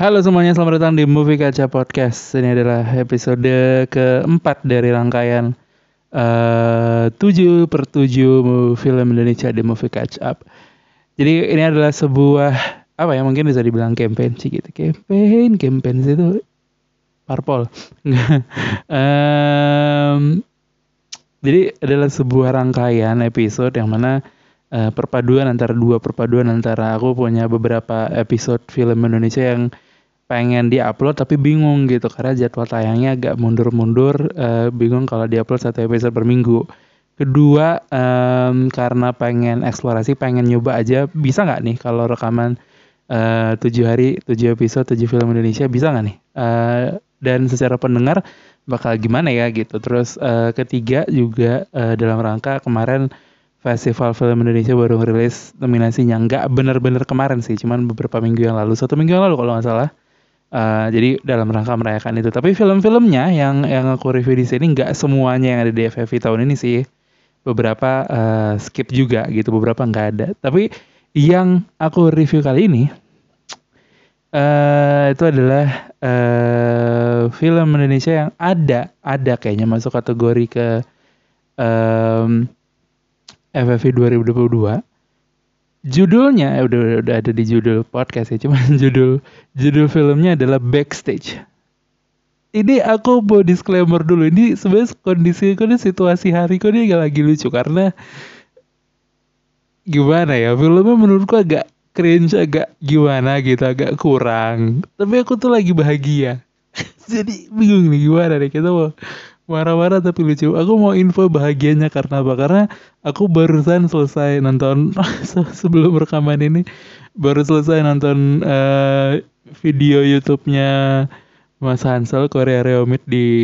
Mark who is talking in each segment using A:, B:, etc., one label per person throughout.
A: Halo semuanya, selamat datang di Movie Kaca Podcast. Ini adalah episode keempat dari rangkaian 7/7 film Indonesia di Movie Catch Up. Jadi ini adalah sebuah, apa ya, mungkin bisa dibilang campaign sih gitu. Campaign itu parpol. Jadi adalah sebuah rangkaian episode yang mana perpaduan antara aku punya beberapa episode film Indonesia yang pengen diupload tapi bingung gitu karena jadwal tayangnya agak mundur-mundur, bingung kalau diupload satu episode per minggu. Kedua, karena pengen eksplorasi, pengen nyoba aja bisa nggak nih kalau rekaman 7 hari 7 episode 7 film Indonesia, bisa nggak nih? Dan secara pendengar bakal gimana ya gitu. Terus ketiga juga dalam rangka kemarin Festival Film Indonesia baru ngerilis nominasinya, nggak bener-bener kemarin sih, cuman beberapa minggu yang lalu, 1 minggu yang lalu kalau nggak salah. Jadi dalam rangka merayakan itu. Tapi film-filmnya yang aku review di sini nggak semuanya yang ada di FFI tahun ini sih. Beberapa skip juga gitu, beberapa nggak ada. Tapi yang aku review kali ini itu adalah film Indonesia yang ada kayaknya masuk kategori ke FFI 2022. Judulnya udah ada di judul podcast ya, cuman judul filmnya adalah Backstage. Ini aku mau disclaimer dulu, ini sebenarnya kondisi situasi hariku ini gak lagi lucu karena gimana ya, filmnya menurutku agak cringe, agak gimana gitu, agak kurang. Tapi aku tuh lagi bahagia. Jadi bingung nih gimana nih, kita mau marah-marah tapi lucu. Aku mau info bahagianya karena apa? Karena aku barusan selesai nonton sebelum rekaman ini, baru selesai nonton video YouTube-nya Mas Hansel Korea Reomit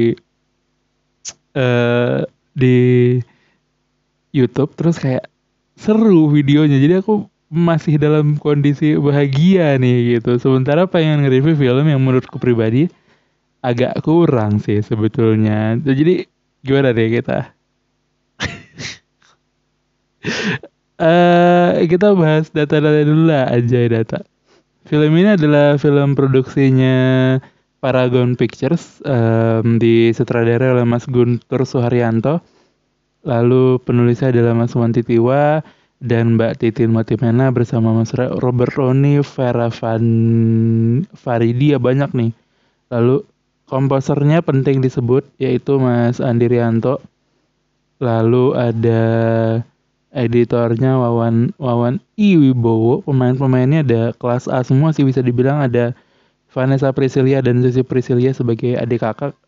A: di YouTube. Terus kayak seru videonya, jadi aku masih dalam kondisi bahagia nih gitu. Sementara pengen nge-review film yang menurutku pribadi agak kurang sih sebetulnya. Jadi gimana deh kita? Kita bahas data-data dulu lah, anjay data. Film ini adalah film produksinya Paragon Pictures, disutradara oleh Mas Guntur Suharyanto. Lalu penulisnya adalah Mas Wanti Tiwa dan Mbak Titin Motimena bersama Mas Robert Roni, Vera Faridi, ya banyak nih. Lalu komposernya penting disebut yaitu Mas Andi Rianto. Lalu ada editornya Wawan I Wibowo. Pemain-pemainnya ada kelas A semua sih bisa dibilang. Ada Vanessa Priscilia dan Susi Priscilia sebagai adik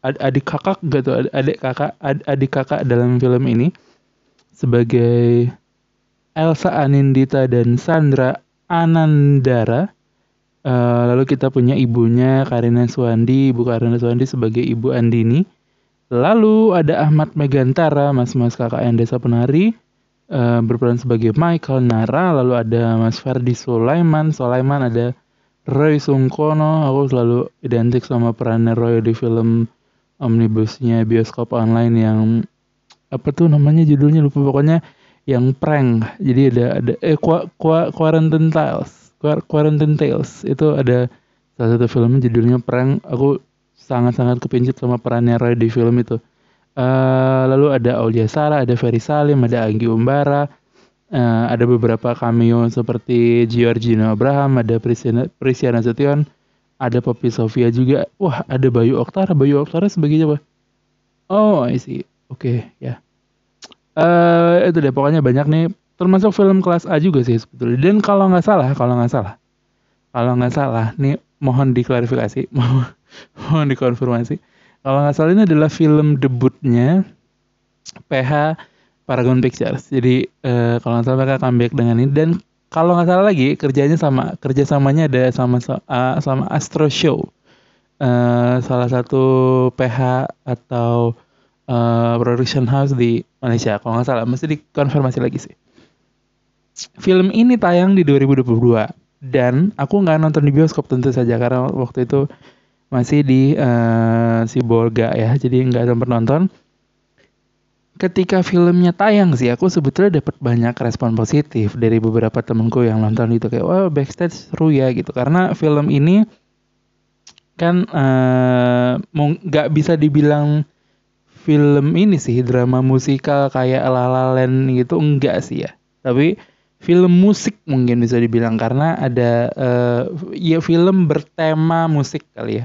A: kakak dalam film ini, sebagai Elsa Anindita dan Sandra Anandara. Lalu kita punya ibunya Karina Suwandi, Ibu Karina Suwandi sebagai Ibu Andini. Lalu ada Ahmad Megantara, Mas KKN Desa Penari, berperan sebagai Michael Nara. Lalu ada Mas Ferdi Sulaiman, ada Roy Sungkono. Aku selalu identik sama perannya Roy di film omnibusnya bioskop online yang apa tuh namanya, judulnya lupa pokoknya, yang prank. Jadi ada Quarantine Tales itu ada salah satu filmnya judulnya prank. Aku sangat-sangat kepincut sama perannya Roy di film itu. Lalu ada Aulia Sara, ada Ferry Salim, ada Anggi Umbara, ada beberapa cameo seperti Giorgino Abraham, ada Prisiana Nasution, ada Poppy Sofia juga. Wah, ada Bayu Oktara sebagai siapa? Oh, I see. Oke, ya. Itu deh, pokoknya banyak nih. Termasuk film kelas A juga sih sebetulnya. Dan kalau nggak salah, nih mohon diklarifikasi, mohon dikonfirmasi. Kalau nggak salah ini adalah film debutnya PH Paragon Pictures. Jadi kalau nggak salah mereka comeback dengan ini. Dan kalau nggak salah lagi kerjasamanya ada sama Astro Show, salah satu PH atau production house di Malaysia. Kalau nggak salah, mesti dikonfirmasi lagi sih. Film ini tayang di 2022 dan aku nggak nonton di bioskop tentu saja karena waktu itu masih di Sibolga ya, jadi nggak sempat nonton. Ketika filmnya tayang sih, aku sebetulnya dapat banyak respon positif dari beberapa temanku yang nonton itu, kayak wah Backstage seru ya gitu, karena film ini kan nggak bisa dibilang film ini sih drama musikal kayak La La Land gitu, enggak sih ya, tapi film musik mungkin bisa dibilang karena ada ya film bertema musik kali ya.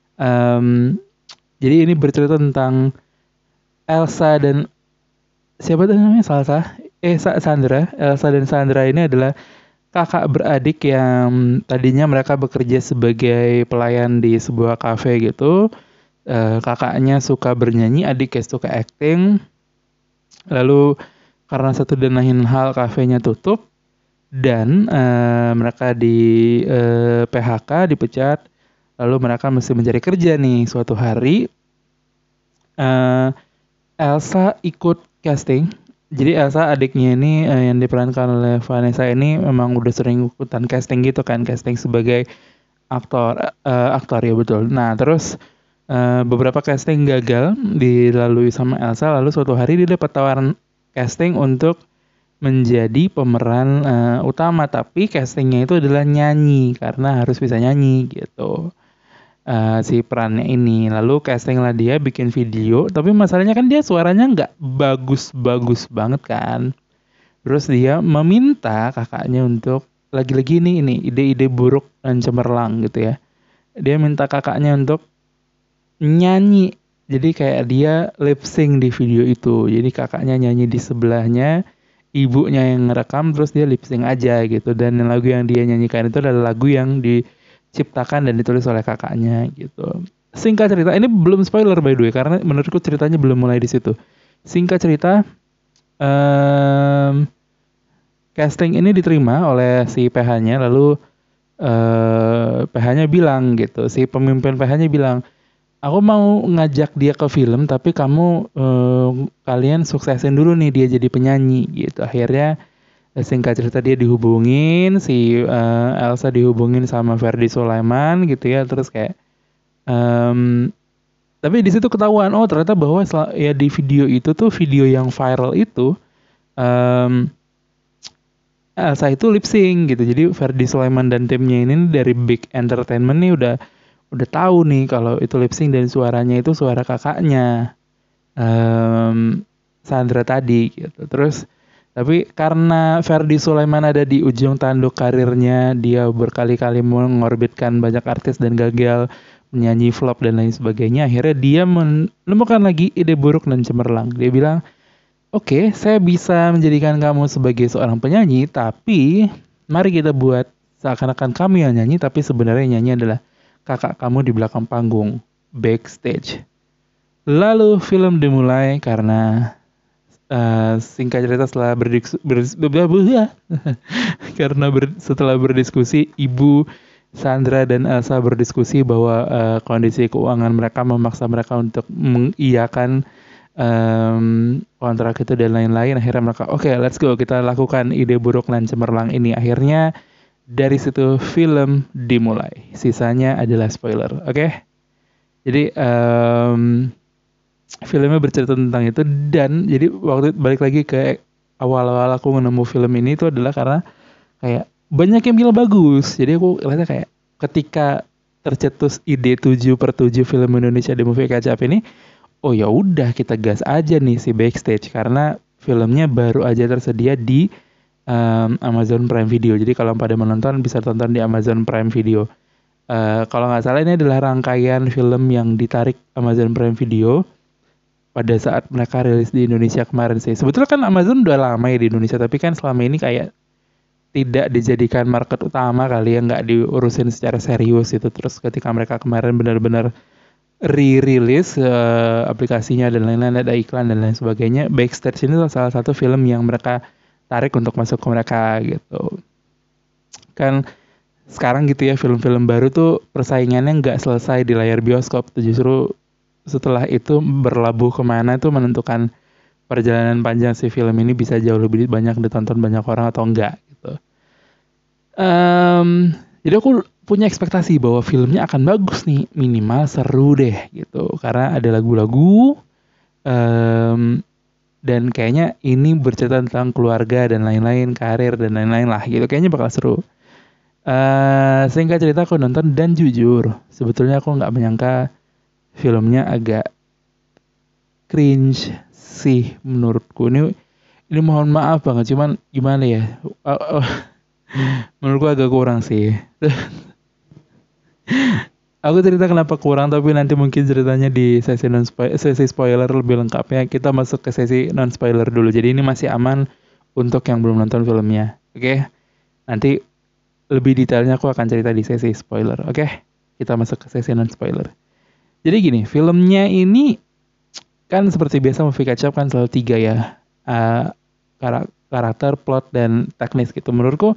A: Jadi ini bercerita tentang Elsa dan siapa tuh namanya Sandra. Elsa dan Sandra ini adalah kakak beradik yang tadinya mereka bekerja sebagai pelayan di sebuah kafe gitu. Kakaknya suka bernyanyi, adiknya suka acting. Lalu karena satu dan lain hal kafenya tutup dan mereka di PHK, dipecat. Lalu mereka mesti mencari kerja nih. Suatu hari eh, Elsa ikut casting. Jadi Elsa adiknya ini yang diperankan oleh Vanessa ini memang udah sering ikutan casting gitu kan, casting sebagai aktor ya betul. Nah terus beberapa casting gagal dilalui sama Elsa, lalu suatu hari dia dapat tawaran casting untuk menjadi pemeran utama, tapi castingnya itu adalah nyanyi karena harus bisa nyanyi gitu. Si perannya ini. Lalu casting lah dia bikin video, tapi masalahnya kan dia suaranya nggak bagus-bagus banget kan. Terus dia meminta kakaknya untuk lagi-lagi ini ide-ide buruk dan cemerlang gitu ya. Dia minta kakaknya untuk nyanyi. Jadi kayak dia lip sync di video itu. Jadi kakaknya nyanyi di sebelahnya, ibunya yang ngerekam terus dia lip sync aja gitu. Dan lagu yang dia nyanyikan itu adalah lagu yang diciptakan dan ditulis oleh kakaknya gitu. Singkat cerita, ini belum spoiler by the way karena menurutku ceritanya belum mulai di situ. Singkat cerita, casting ini diterima oleh si PH-nya, lalu PH-nya bilang gitu, si pemimpin PH-nya bilang, aku mau ngajak dia ke film tapi kamu kalian suksesin dulu nih dia jadi penyanyi gitu. Akhirnya singkat cerita dia dihubungin, si Elsa dihubungin sama Ferdy Sulaiman gitu ya, terus kayak tapi di situ ketahuan oh ternyata bahwa ya di video itu tuh video yang viral itu Elsa itu lip sync gitu. Jadi Ferdy Sulaiman dan timnya ini dari Big Entertainment nih udah tahu nih kalau itu lip sync dan suaranya itu suara kakaknya Sandra tadi gitu. Terus tapi karena Ferdy Sulaiman ada di ujung tanduk karirnya, dia berkali-kali mengorbitkan banyak artis dan gagal, menyanyi flop dan lain sebagainya. Akhirnya dia menemukan lagi ide buruk dan cemerlang. Dia bilang, oke, saya bisa menjadikan kamu sebagai seorang penyanyi, tapi mari kita buat seakan-akan kamu yang nyanyi, tapi sebenarnya nyanyi adalah kakak kamu di belakang panggung, backstage. Lalu film dimulai karena singkat cerita setelah setelah berdiskusi, ibu Sandra dan Elsa berdiskusi bahwa kondisi keuangan mereka memaksa mereka untuk mengiyakan kontrak itu dan lain-lain. Akhirnya mereka oke, let's go, kita lakukan ide buruk dan cemerlang ini. Akhirnya dari situ film dimulai. Sisanya adalah spoiler, oke? Jadi filmnya bercerita tentang itu dan jadi waktu balik lagi ke awal-awal aku nemu film ini itu adalah karena kayak banyak yang bilang bagus. Jadi aku rasa kayak ketika tercetus ide 7/7 film Indonesia di Movie Catch Up ini, oh ya udah kita gas aja nih si Backstage karena filmnya baru aja tersedia di Amazon Prime Video. Jadi kalau pada menonton bisa tonton di Amazon Prime Video. Kalau nggak salah ini adalah rangkaian film yang ditarik Amazon Prime Video pada saat mereka rilis di Indonesia kemarin sih. Sebetulnya kan Amazon udah lama ya di Indonesia, tapi kan selama ini kayak tidak dijadikan market utama kali ya, nggak diurusin secara serius itu. Terus ketika mereka kemarin benar-benar re-release aplikasinya dan lain-lain, ada iklan dan lain sebagainya, Backstage ini salah satu film yang mereka tarik untuk masuk ke mereka gitu. Kan sekarang gitu ya film-film baru tuh persaingannya nggak selesai di layar bioskop, justru setelah itu berlabuh kemana tuh menentukan perjalanan panjang si film ini bisa jauh lebih banyak ditonton banyak orang atau enggak gitu. Jadi aku punya ekspektasi bahwa filmnya akan bagus nih, minimal seru deh gitu, karena ada lagu-lagu dan kayaknya ini bercerita tentang keluarga dan lain-lain, karir dan lain-lain lah gitu, kayaknya bakal seru. Singkat cerita aku nonton dan jujur sebetulnya aku nggak menyangka filmnya agak cringe sih menurutku. Ini mohon maaf banget, cuman gimana ya? Uh, uh, Menurutku agak kurang sih. Aku cerita kenapa kurang, tapi nanti mungkin ceritanya di sesi spoiler lebih lengkapnya. Kita masuk ke sesi non spoiler dulu. Jadi ini masih aman untuk yang belum nonton filmnya. Oke? Nanti lebih detailnya aku akan cerita di sesi spoiler. Oke? Kita masuk ke sesi non spoiler. Jadi gini, filmnya ini kan seperti biasa movie catch up kan selalu 3 ya. Uh, Karakter, plot, dan teknis gitu. Menurutku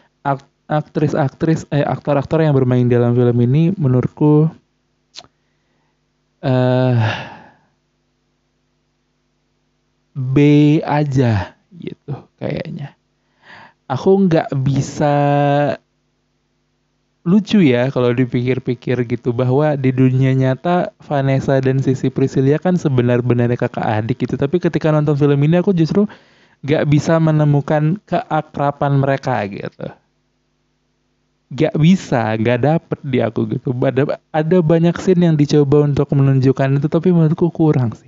A: aktor-aktor yang bermain dalam film ini menurutku eh B aja gitu kayaknya. Aku nggak bisa lucu ya kalau dipikir-pikir gitu bahwa di dunia nyata Vanessa dan Sissy Priscilla kan sebenar-benarnya kakak adik gitu. Tapi ketika nonton film ini aku justru nggak bisa menemukan keakraban mereka gitu. Gak bisa, gak dapet di aku gitu. Ada banyak scene yang dicoba untuk menunjukkan itu, tapi menurutku kurang sih.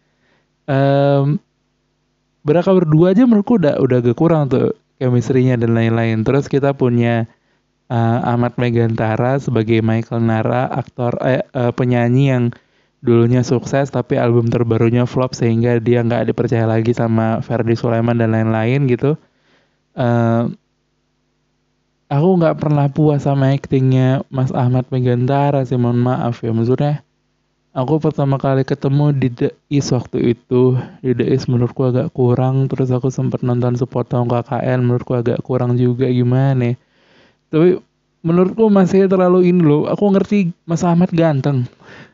A: Mereka berdua aja menurutku udah agak kurang tuh chemistry-nya dan lain-lain. Terus kita punya Ahmad Megantara sebagai Michael Nara, penyanyi yang dulunya sukses tapi album terbarunya flop sehingga dia nggak dipercaya lagi sama Ferdy Sulaiman dan lain-lain gitu. Aku nggak pernah puas sama aktingnya Mas Ahmad Megantara sih, mohon maaf ya. Maksudnya aku pertama kali ketemu di The Is waktu itu. Di The Is menurutku agak kurang. Terus aku sempat nonton sepotong KKN, menurutku agak kurang juga gimana ya. Tapi menurutku masih terlalu ini loh. Aku ngerti Mas Ahmad ganteng.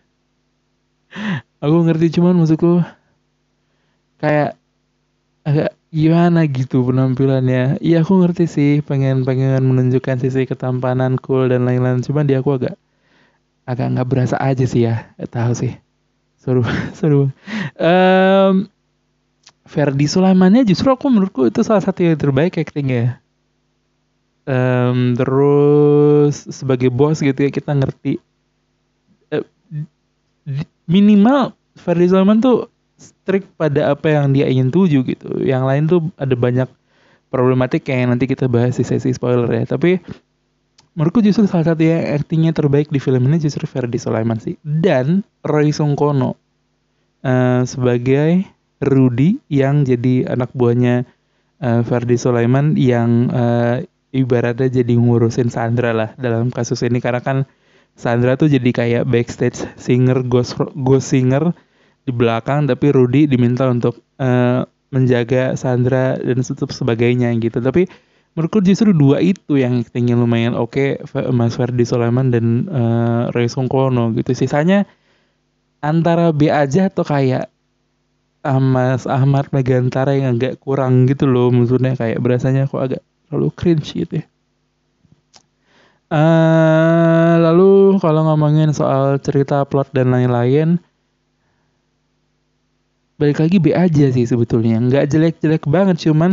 A: Aku ngerti, cuman maksudku kayak agak gimana gitu penampilannya. Iya aku ngerti sih pengen menunjukkan sisi ketampanan cool dan lain-lain. Cuman dia aku agak nggak berasa aja sih ya. Gak tahu sih. Seru seru. Ferdy Sulaimannya justru aku menurutku itu salah satu yang terbaik actingnya. Terus sebagai bos gitu ya kita ngerti. Eh, Minimal Ferdy Sulaiman tuh strict pada apa yang dia ingin tuju gitu. Yang lain tuh ada banyak problematik yang nanti kita bahas di sesi spoiler ya. Tapi menurutku justru salah satu yang aktingnya terbaik di film ini justru Ferdy Sulaiman sih. Dan Roy Sungkono sebagai Rudy yang jadi anak buahnya Ferdy Sulaiman yang ibaratnya jadi ngurusin Sandra lah dalam kasus ini. Karena kan Sandra tuh jadi kayak backstage singer, ghost singer di belakang, tapi Rudy diminta untuk menjaga Sandra dan sebagainya gitu. Tapi menurutku justru dua itu yang actingnya lumayan oke, Mas Ferdy Sulaiman dan Roy Sungkono gitu. Sisanya antara B aja atau kayak Mas Ahmad Megantara yang agak kurang gitu loh. Maksudnya kayak berasanya kok agak terlalu cringe gitu ya. Lalu kalau ngomongin soal cerita plot dan lain-lain, balik lagi B aja sih sebetulnya. Nggak jelek-jelek banget, cuman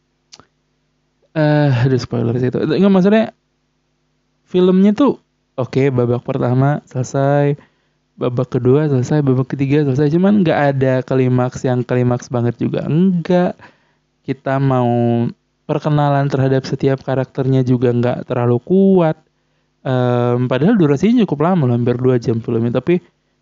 A: aduh spoiler sih itu. Nggak, maksudnya filmnya tuh oke, babak pertama selesai, babak kedua selesai, babak ketiga selesai, cuman nggak ada klimaks yang klimaks banget juga. Enggak. Kita mau perkenalan terhadap setiap karakternya juga nggak terlalu kuat. Padahal durasinya cukup lama, hampir 2 jam filmnya, tapi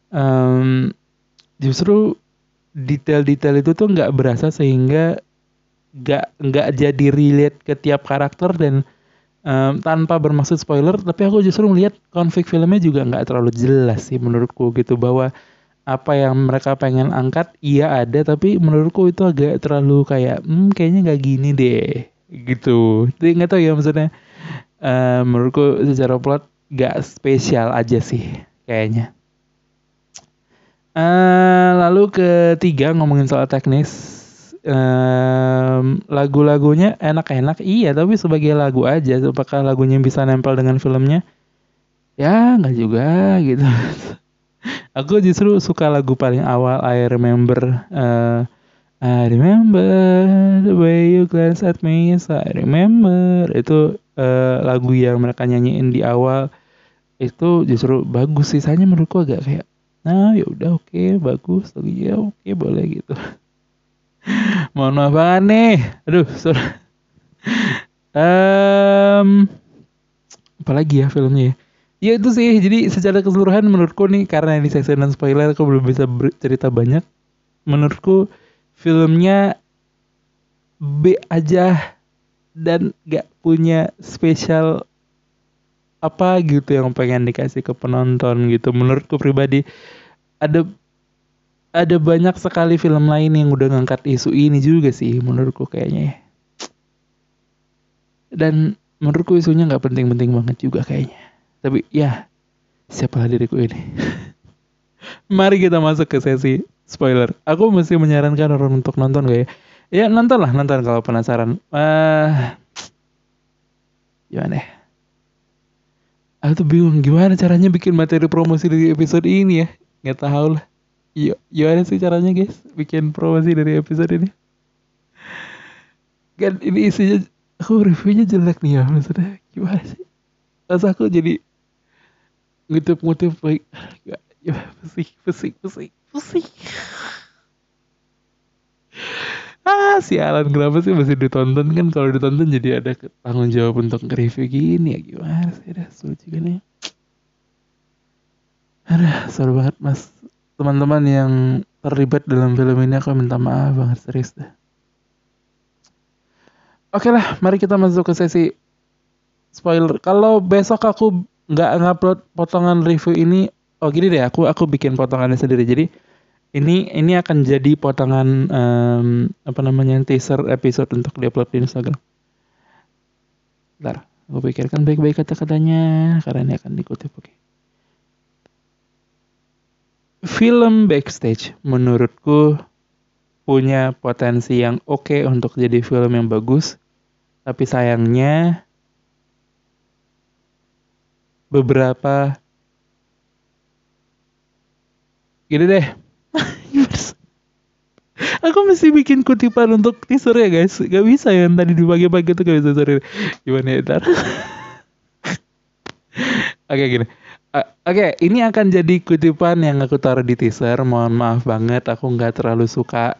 A: justru detail-detail itu tuh nggak berasa sehingga nggak jadi relate ke tiap karakter. Dan tanpa bermaksud spoiler, tapi aku justru melihat konflik filmnya juga nggak terlalu jelas sih menurutku gitu, bahwa apa yang mereka pengen angkat iya ada, tapi menurutku itu agak terlalu kayak kayaknya nggak gini deh gitu. Jadi nggak tahu ya, maksudnya menurutku secara plot gak spesial aja sih kayaknya. Lalu ketiga ngomongin soal teknis, lagu-lagunya enak-enak iya, tapi sebagai lagu aja. Apakah lagunya bisa nempel dengan filmnya? Ya nggak juga gitu. Aku justru suka lagu paling awal, I Remember I remember the way you glance at me, yes I remember. Itu lagu yang mereka nyanyiin di awal itu justru bagus. Sisanya menurutku agak kayak, nah ya udah oke, bagus lagi ya oke boleh gitu. Mohon maaf banget nih. Aduh, sorry. Apalagi ya filmnya ya? Ya itu sih, jadi secara keseluruhan menurutku nih, karena ini season dan spoiler aku belum bisa cerita banyak. Menurutku filmnya B aja dan gak punya spesial apa gitu yang pengen dikasih ke penonton gitu. Menurutku pribadi ada ada banyak sekali film lain yang udah ngangkat isu ini juga sih menurutku kayaknya ya. Dan menurutku isunya nggak penting-penting banget juga kayaknya. Tapi ya, siapalah diriku ini. Mari kita masuk ke sesi spoiler. Aku mesti menyarankan orang untuk nonton gak ya? Ya nonton lah, nonton kalau penasaran. Gimana ya? Aku tuh bingung gimana caranya bikin materi promosi dari episode ini ya. Nggak tahu lah. Yuk, gimana sih caranya guys bikin promosi dari episode ini? Kan ini isinya, aku reviewnya jelek nih ya. Maksudnya gimana sih? Terus aku jadi ngutip-ngutip baik. Ya, pusing. Sialan kenapa sih masih ditonton, kan kalau ditonton jadi ada tanggung jawab untuk nge-review gini ya, gimana sih, dah sulit juga nih. Sorry banget mas, teman-teman yang terlibat dalam film ini, aku minta maaf banget serius dah. Oke lah, mari kita masuk ke sesi spoiler. Kalau besok aku nggak ngupload potongan review ini, oh gini deh, aku bikin potongannya sendiri. Jadi ini akan jadi potongan teaser episode untuk diupload di Instagram. Bentar, aku pikirkan baik-baik kata-katanya karena ini akan dikutip. Oke. Film Backstage menurutku punya potensi yang oke untuk jadi film yang bagus, tapi sayangnya beberapa gini deh. Aku mesti bikin kutipan untuk teaser ya guys. Gak bisa ya tadi di pagi-pagi tuh gak bisa, sorry. Gimana ya ntar. Oke gini. Oke, ini akan jadi kutipan yang aku taruh di teaser. Mohon maaf banget, aku nggak terlalu suka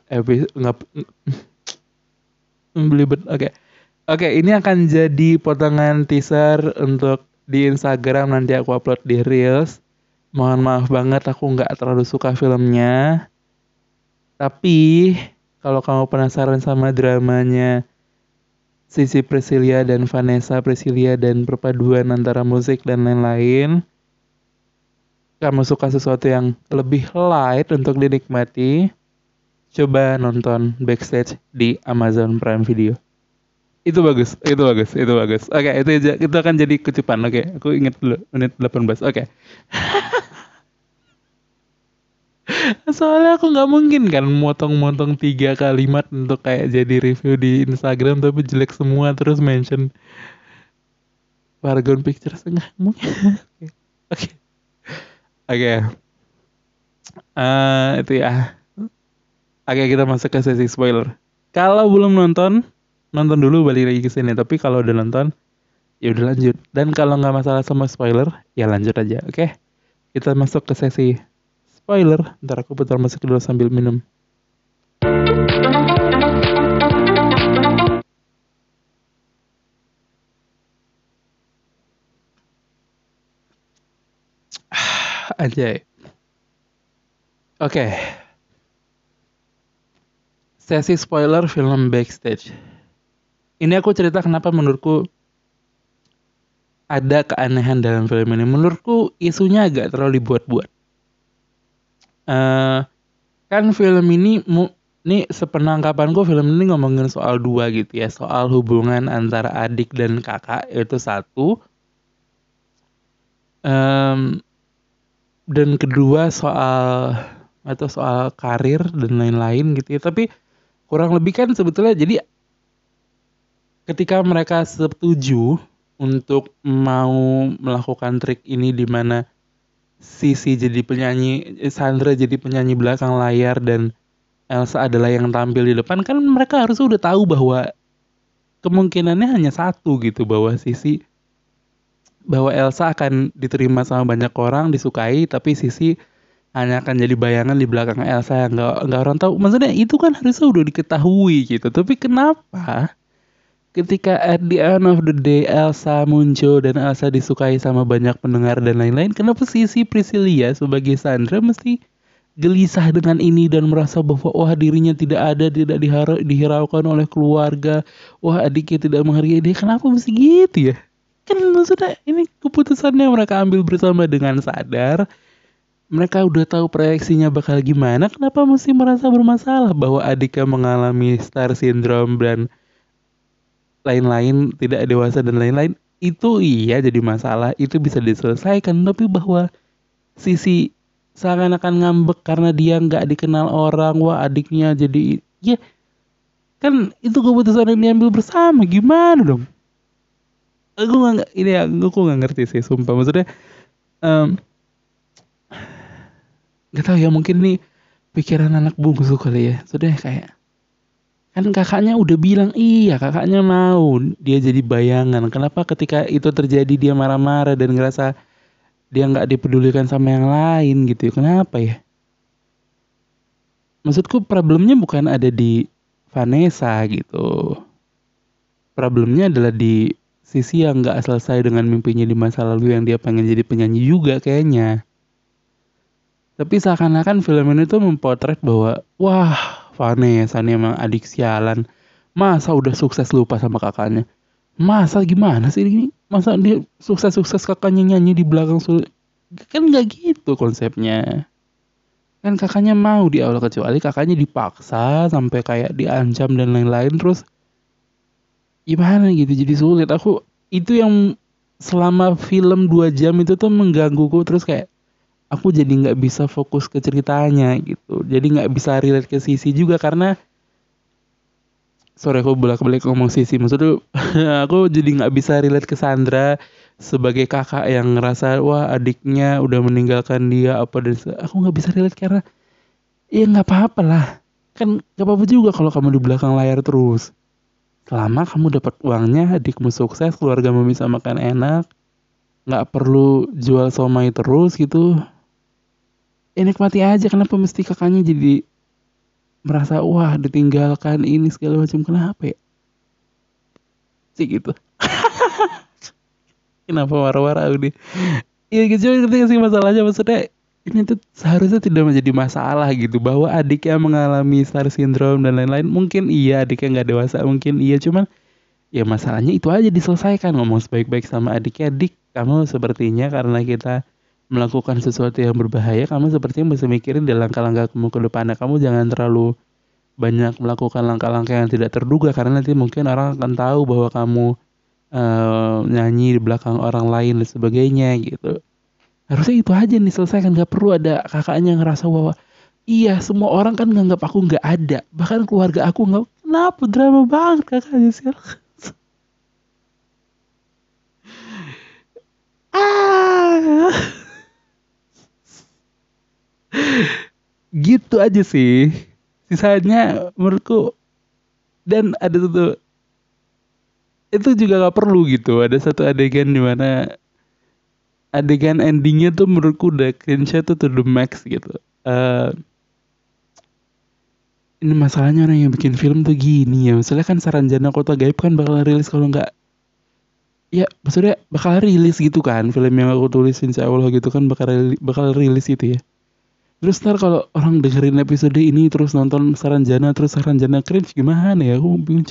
A: belibet. Oke, ini akan jadi potongan teaser untuk di Instagram, nanti aku upload di Reels. Mohon maaf banget, aku nggak terlalu suka filmnya. Tapi kalau kamu penasaran sama dramanya Sissy Priscilla dan Vanessa Priscilla dan perpaduan antara musik dan lain-lain, kamu suka sesuatu yang lebih light untuk dinikmati, coba nonton Backstage di Amazon Prime Video. Itu bagus. Oke, itu akan jadi kutipan. Oke, aku ingat dulu menit 18. Oke. Soalnya aku nggak mungkin kan motong-motong 3 kalimat untuk kayak jadi review di Instagram tapi jelek semua terus mention Paragon Pictures, nggak mungkin. Oke. Itu ya. Oke, kita masuk ke sesi spoiler. Kalau belum nonton dulu balik lagi ke sini. Tapi kalau udah nonton, ya udah lanjut. Dan kalau nggak masalah sama spoiler, ya lanjut aja. Oke, kita masuk ke sesi spoiler. Ntar aku putar musik dulu sambil minum. Anjay. Oke. Sesi spoiler film Backstage. Ini aku cerita kenapa menurutku ada keanehan dalam film ini. Menurutku isunya agak terlalu dibuat-buat. Kan film ini sepenangkapanku film ini ngomongin soal dua gitu ya, soal hubungan antara adik dan kakak itu satu, dan kedua soal karir dan lain-lain gitu ya. Tapi kurang lebih kan sebetulnya jadi ketika mereka setuju untuk mau melakukan trik ini di mana Sissy jadi penyanyi, Sandra jadi penyanyi belakang layar dan Elsa adalah yang tampil di depan, kan mereka harusnya udah tahu bahwa kemungkinannya hanya satu gitu, bahwa Elsa akan diterima sama banyak orang, disukai, tapi Sisi hanya akan jadi bayangan di belakang Elsa yang nggak orang tahu. Maksudnya itu kan harusnya udah diketahui gitu. Tapi kenapa ketika at the end of the day Elsa muncul dan Elsa disukai sama banyak pendengar dan lain-lain, kenapa Sisi Priscilia sebagai Sandra mesti gelisah dengan ini dan merasa bahwa wah dirinya tidak ada, tidak dihiraukan oleh keluarga, wah adiknya tidak menghargai dia. Kenapa mesti gitu ya? Kan maksudnya ini keputusan yang mereka ambil bersama dengan sadar. Mereka udah tahu proyeksinya bakal gimana, kenapa mesti merasa bermasalah bahwa adiknya mengalami star syndrome dan lain-lain, tidak dewasa dan lain-lain. Itu iya jadi masalah, itu bisa diselesaikan. Tapi bahwa Sisi seakan-akan ngambek karena dia nggak dikenal orang, wah adiknya jadi, ya kan itu keputusan yang diambil bersama, gimana dong? Aku nggak ngerti sih, sumpah. Maksudnya nggak tahu ya, mungkin nih pikiran anak bungsu kali ya. Sudah kayak kan kakaknya udah bilang iya, kakaknya mau dia jadi bayangan. Kenapa ketika itu terjadi dia marah-marah dan ngerasa dia nggak dipedulikan sama yang lain gitu ya? Kenapa ya? Maksudku problemnya bukan ada di Vanessa gitu. Problemnya adalah di Sisi yang nggak selesai dengan mimpinya di masa lalu, yang dia pengen jadi penyanyi juga kayaknya. Tapi seakan-akan film ini tuh mempotret bahwa wah Vanessa nih emang adik sialan. Masa udah sukses lupa sama kakaknya? Masa gimana sih ini? Masa dia sukses-sukses kakaknya nyanyi di belakang kan nggak gitu konsepnya. Kan kakaknya mau di awal, kecuali kakaknya dipaksa sampai kayak diancam dan lain-lain, terus gimana gitu, jadi sulit. Itu yang selama film 2 jam itu tuh menggangguku, terus kayak aku jadi nggak bisa fokus ke ceritanya gitu, jadi nggak bisa relate ke Sisi juga karena sorry aku bolak-balik ngomong Sisi, maksudnya aku jadi nggak bisa relate ke Sandra sebagai kakak yang ngerasa wah adiknya udah meninggalkan dia apa, dan aku nggak bisa relate karena ya nggak apa-apa lah, kan nggak apa-apa juga kalau kamu di belakang layar terus, selama kamu dapat uangnya, adikmu sukses, keluargamu bisa makan enak, nggak perlu jual somai terus gitu, ya nikmati aja. Kenapa mesti kakaknya jadi merasa wah ditinggalkan ini segala macam, kenapa ya sih gitu. Kenapa marah-marah udah ya gitu, ngerti sih masalahnya. Maksudnya ini tuh seharusnya tidak menjadi masalah gitu, bahwa adiknya mengalami star syndrome dan lain-lain. Mungkin iya adiknya nggak dewasa, mungkin iya, cuman ya masalahnya itu aja diselesaikan. Ngomong sebaik-baik sama adiknya, dik kamu sepertinya karena kita melakukan sesuatu yang berbahaya, kamu sepertinya mesti mikirin di langkah-langkah kamu ke depannya. Kamu jangan terlalu banyak melakukan langkah-langkah yang tidak terduga, karena nanti mungkin orang akan tahu bahwa kamu nyanyi di belakang orang lain dan sebagainya gitu. Harusnya itu aja nih selesaikan, gak perlu ada kakaknya ngerasa bahwa iya semua orang kan nganggap aku nggak ada, bahkan keluarga aku nggak. Kenapa drama banget kakaknya sih? Ah, gitu aja sih. Sisanya menurutku, dan ada satu itu juga nggak perlu gitu. Ada satu adegan di mana adegan endingnya tuh menurutku udah cringe tuh to the max gitu. Eh ini masalahnya orang yang bikin film tuh gini ya. Misalnya kan Saranjana Kota Gaib kan bakal rilis kalau nggak, ya maksudnya bakal rilis gitu kan, film yang aku tulis insya Allah gitu kan bakal rilis itu ya. Terus ntar kalau orang dengerin episode ini terus nonton Saranjana, terus Saranjana cringe, gimana ya, aku bingung.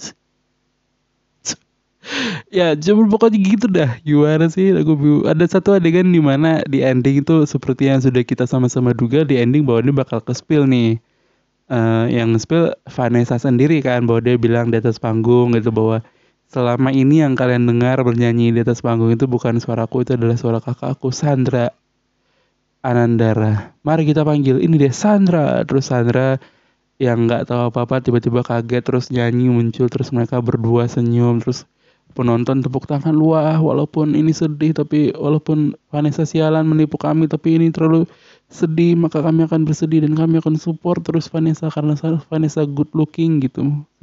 A: Ya cuma pokoknya gitu dah, gimana sih, aku bingung. Ada satu adegan di mana di ending itu seperti yang sudah kita sama-sama duga, di ending bahwa ini bakal ke spill nih. Yang spill Vanessa sendiri kan, bahwa dia bilang di atas panggung gitu bahwa selama ini yang kalian dengar bernyanyi di atas panggung itu bukan suaraku, itu adalah suara kakakku Sandra Anandara. Mari kita panggil ini deh Sandra. Terus Sandra yang nggak tahu apa-apa tiba-tiba kaget terus nyanyi muncul, terus mereka berdua senyum, terus Penonton tepuk tangan, wah walaupun ini sedih tapi walaupun Vanessa sialan menipu kami tapi ini terlalu sedih maka kami akan bersedih dan kami akan support terus Vanessa karena Vanessa good looking gitu.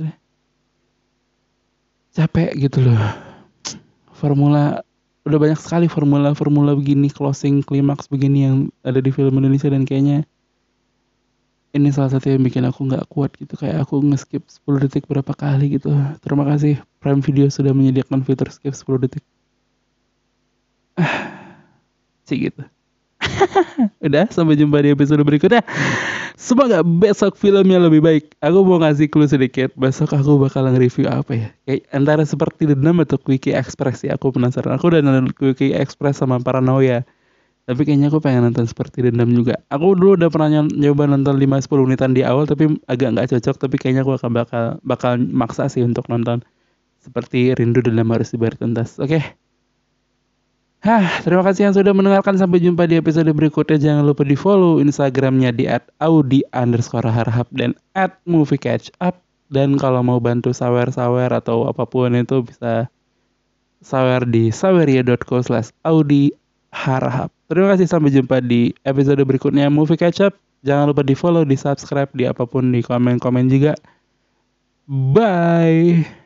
A: Capek gitu loh. Formula udah banyak sekali formula begini, closing klimaks begini yang ada di film Indonesia dan kayaknya ini salah satu yang bikin aku nggak kuat gitu, kayak aku nge-skip 10 detik berapa kali gitu. Terima kasih Prime Video sudah menyediakan fitur skip 10 detik. Sih gitu. Udah, sampai jumpa di episode berikutnya. Semoga besok filmnya lebih baik. Aku mau ngasih clue sedikit. Besok aku bakal nge-review apa ya? Kayak antara seperti Dendam atau Quickie Express ya. Aku penasaran. Aku udah nonton Quickie Express sama Paranoia. Tapi kayaknya aku pengen nonton seperti Dendam juga. Aku dulu udah pernah nyoba nonton 5-10 menitan di awal tapi agak nggak cocok. Tapi kayaknya aku akan bakal maksa sih untuk nonton seperti Rindu Dendam Harus Dibayar Tuntas. Oke. Terima kasih yang sudah mendengarkan. Sampai jumpa di episode berikutnya. Jangan lupa di follow Instagramnya di @audi_harhab dan @moviecatchup. Dan kalau mau bantu sawer-sawer atau apapun itu bisa sawer di saweria.co/audi_harhab. Terima kasih, sampai jumpa di episode berikutnya Movie Catch Up. Jangan lupa di follow, di subscribe, di apapun, di komen-komen juga. Bye.